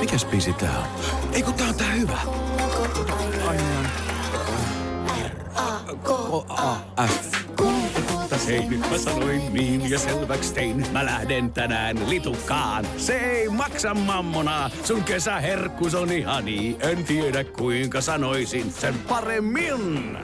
Mikäs biisi tää on? Ei kun tää on tää hyvä. R-A-K-A-F. Hei, nyt mä sanoin niin ja selväks tein. Mä lähden tänään litukaan. Se ei maksa mammonaa. Sun kesäherkkus on ihani. En tiedä kuinka sanoisin sen paremmin.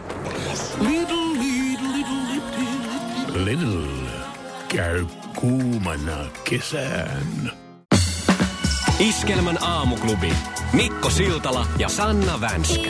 Lidl. Käy kuumana kesään. Iskelmän aamuklubi. Mikko Siltala ja Sanna Vänskä.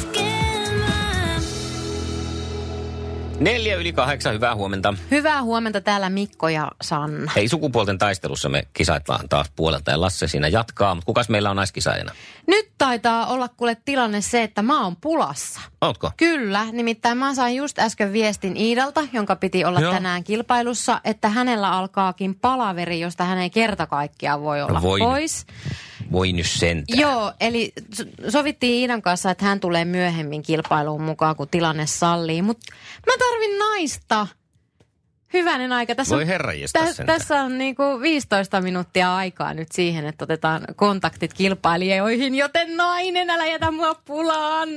7:04, hyvää huomenta. Hyvää huomenta täällä Mikko ja Sanna. Hei, sukupuolten taistelussa me kisaillaan taas puolelta ja Lasse siinä jatkaa, mutta kukas meillä on naiskisaajana? Nyt taitaa olla kuule tilanne se, että mä oon pulassa. Ootko? Kyllä, nimittäin mä sain just äsken viestin Iidalta, jonka piti olla tänään kilpailussa, että hänellä alkaakin palaveri, josta hän ei kerta kaikkiaan voi olla pois. Voi nyt sentään. Joo, eli sovittiin Iidan kanssa, että hän tulee myöhemmin kilpailuun mukaan, kun tilanne sallii. Mutta mä tarvin naista. Hyvänen aika. Voi herranjestas sentään. Tässä on niinku 15 minuuttia aikaa nyt siihen, että otetaan kontaktit kilpailijoihin. Joten nainen, älä jätä mua pulaan. 020366800.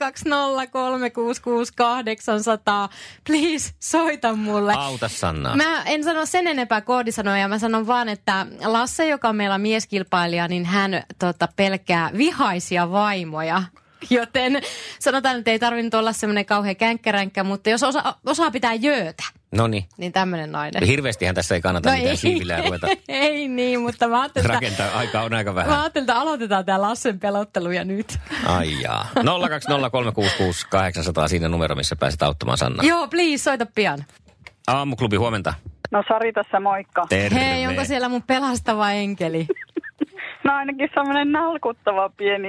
Please, soita mulle. Auta Sanna. Mä en sano sen enempää koodisanoja. Mä sanon vaan, että Lasse, joka on meillä mieskilpailija, niin hän pelkää vihaisia vaimoja. Joten sanotaan, että ei tarvinnut olla semmoinen kauhean känkkäränkkä, mutta jos osaa pitää jöötä. Noniin. Niin tämmöinen nainen. Hirveästihän tässä ei kannata mitään siivillä ruveta. Ei niin, mutta mä ajattelin, rakentaa aikaa on aika vähän. Mä ajattelin, että aloitetaan tää Lassen pelotteluja nyt. Ai jaa. 020366800 siinä numero, missä pääset auttamaan Sanna. Joo, please, soita pian. Aamuklubi, huomenta. No Sari tässä, moikka. Terve. Hei, onko siellä mun pelastava enkeli? No ainakin semmoinen nalkuttava pieni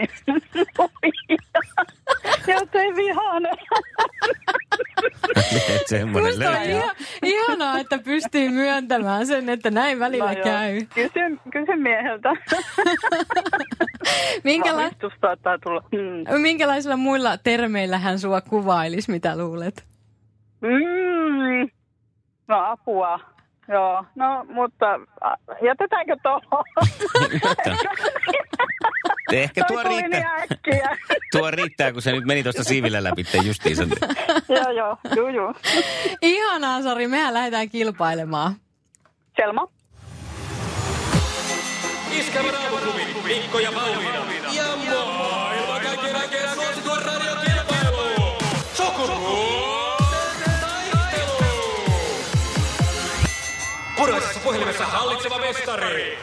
jos ei vihane. Semmoinen löytyy. Ihanaa, että pystyy myöntämään sen, että näin välillä käy. Kysy mieheltä. Minkälaisilla muilla termeillä hän sua kuvailisi, mitä luulet? No apua. Joo, no mutta jätetäänkö tuohon? Ehkä tuo riittää, kun se nyt meni tuosta siivillä läpi justiinsa. Joo. Ihanaa, Sari, mehän lähdetään kilpailemaan. Selma. Iskelmän aamuklubi, Mikko ja Pauliina. Ja maailman kaikkien aikeen suosituen radiokilpailu. Sukupuolten taistelu. Puraisessa puhelimessa hallitseva mestari.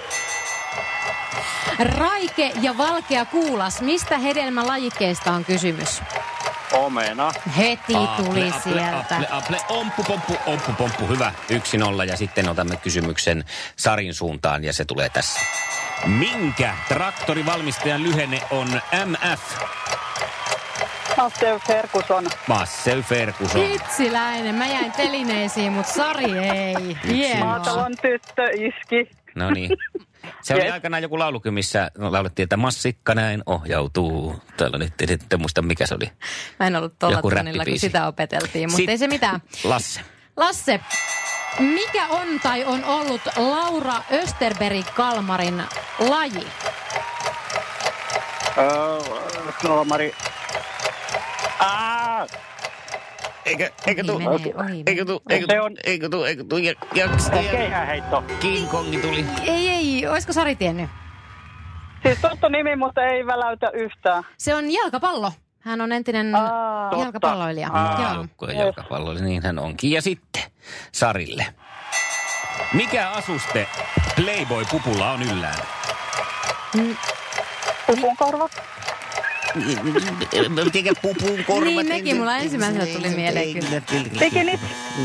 Raike ja valkea kuulas. Mistä hedelmälajikkeesta on kysymys? Omena. Heti tuli sieltä. Apple, omppu. Hyvä. 1-0 ja sitten otamme kysymyksen Sarin suuntaan ja se tulee tässä. Minkä traktorivalmistajan lyhenne on MF? Massey Ferguson. Hitsiläinen. Mä jäin telineisiin, mutta Sari ei. Hienoa. Maatalon tyttö iski. No niin. Se oli aikanaan joku laulukin, missä laulettiin, että massikka näin ohjautuu. Täällä nyt en muista, mikä se oli. Mä en ollut tuolla tunnilla, kun sitä opeteltiin, mutta ei se mitään. Lasse, mikä on tai on ollut Laura Österberg-Kalmarin laji? Kalmari. Eikö tuu. Keihäänheitto. King Kongi tuli. Ei. Olisiko Sari tiennyt? Siis tuttu nimi, mutta ei väläytä yhtään. Se on jalkapallo. Hän on entinen jalkapalloilija. Jalkapalloilija, niin hän onkin. Ja sitten Sarille. Mikä asuste Playboy-pupulla on yllään? Pupunkorva. Mitenkä pupun korvat? Niin, nekin mulla ensimmäisenä tuli mieleen kyllä. Bikinit.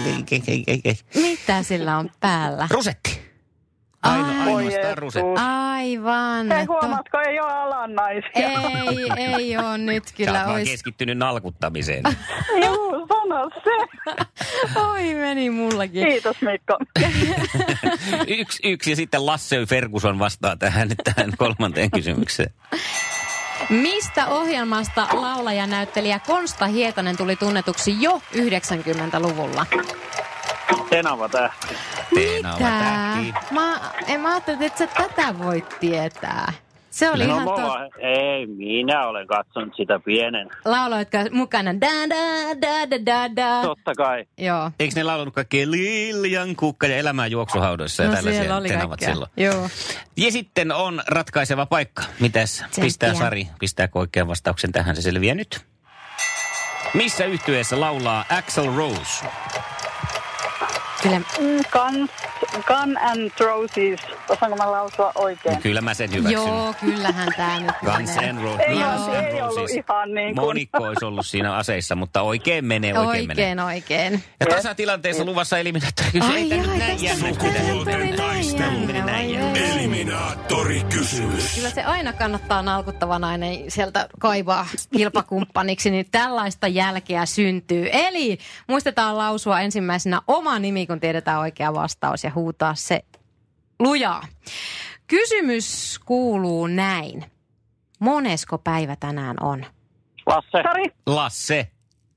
Mitä sillä on päällä? Rusetti. Ainoastaan rusetti. Aivan. Hei, huomaatko, ei ole alan naisia. Ei ole nyt kyllä. Sä oot vaan keskittynyt nalkuttamiseen. Juu, sano se. Oi, meni mullakin. Kiitos, Mikko. 1 ja sitten Lasse Ferguson vastaa tähän kolmanteen kysymykseen. Mistä ohjelmasta laulajanäyttelijä Konsta Hietanen tuli tunnetuksi jo 90-luvulla? Tenava tähti. Mitä? Mä ajattelin, että sä tätä voit tietää. Se oli ihan Ei, minä olen katsonut sitä pienen. Lauloitko mukana? Da, da, da, da, da, da. Totta kai. Joo. Eikö ne laulanut kaikkea Liljan kukka ja elämää juoksuhaudoissa ja tällaisia tenavat silloin? Joo. Ja sitten on ratkaiseva paikka. Mitäs pistää Sari? Pistääkö oikean vastauksen tähän? Se selviää nyt. Missä yhtyeessä laulaa Axl Rose? Kyllä. Gun and Roses. Osaanko mä lausua oikein? No, kyllä mä sen hyväksyn. Joo, kyllähän tää nyt Guns N' Roses. Ei ollut ihan niin kuin. Monikko olisi ollut siinä aseissa, mutta oikein menee. Oikein. Ja tasatilanteessa luvassa eliminaattorikysymys. Ei tämä nyt näin jännä. Sukupuolten taistelu. Eliminaattorikysymys. Kyllä se aina kannattaa nalkuttava nainen sieltä kaivaa kilpakumppaniksi, niin tällaista jälkeä syntyy. Eli muistetaan lausua ensimmäisenä oma nimi, kun tiedetään oikea vastaus ja huutaa se lujaa. Kysymys kuuluu näin. Monesko päivä tänään on? Lasse. Sari. Lasse.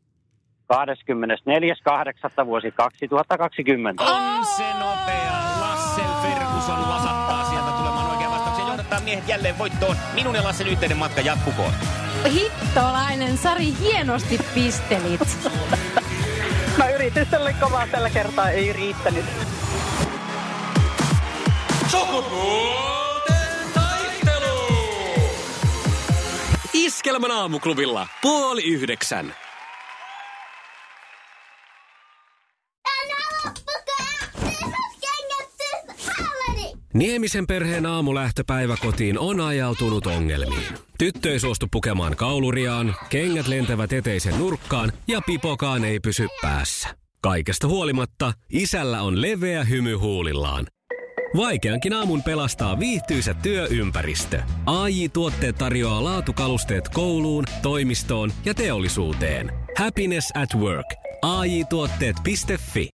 24.8. vuosi 2020. On se nopea. Lasse Ferguson lasattaa sieltä tulemaan oikea vastauksia. Johdattaa miehet jälleen voittoon. Minun ja Lassen yhteinen matka jatkukoon. Hittolainen, Sari, hienosti pistelit. Mä yritin selle kovaa tällä kertaa, ei riittänyt. Sukupuolten taistelu! Iskelmän aamuklubilla 8:30. Niemisen perheen aamulähtöpäivä kotiin on ajautunut ongelmiin. Tyttö ei suostu pukemaan kauluriaan, kengät lentävät eteisen nurkkaan ja pipokaan ei pysy päässä. Kaikesta huolimatta, isällä on leveä hymy huulillaan. Vaikeankin aamun pelastaa viihtyisä työympäristö. AJ-tuotteet tarjoaa laatukalusteet kouluun, toimistoon ja teollisuuteen. Happiness at work. AJ-tuotteet.fi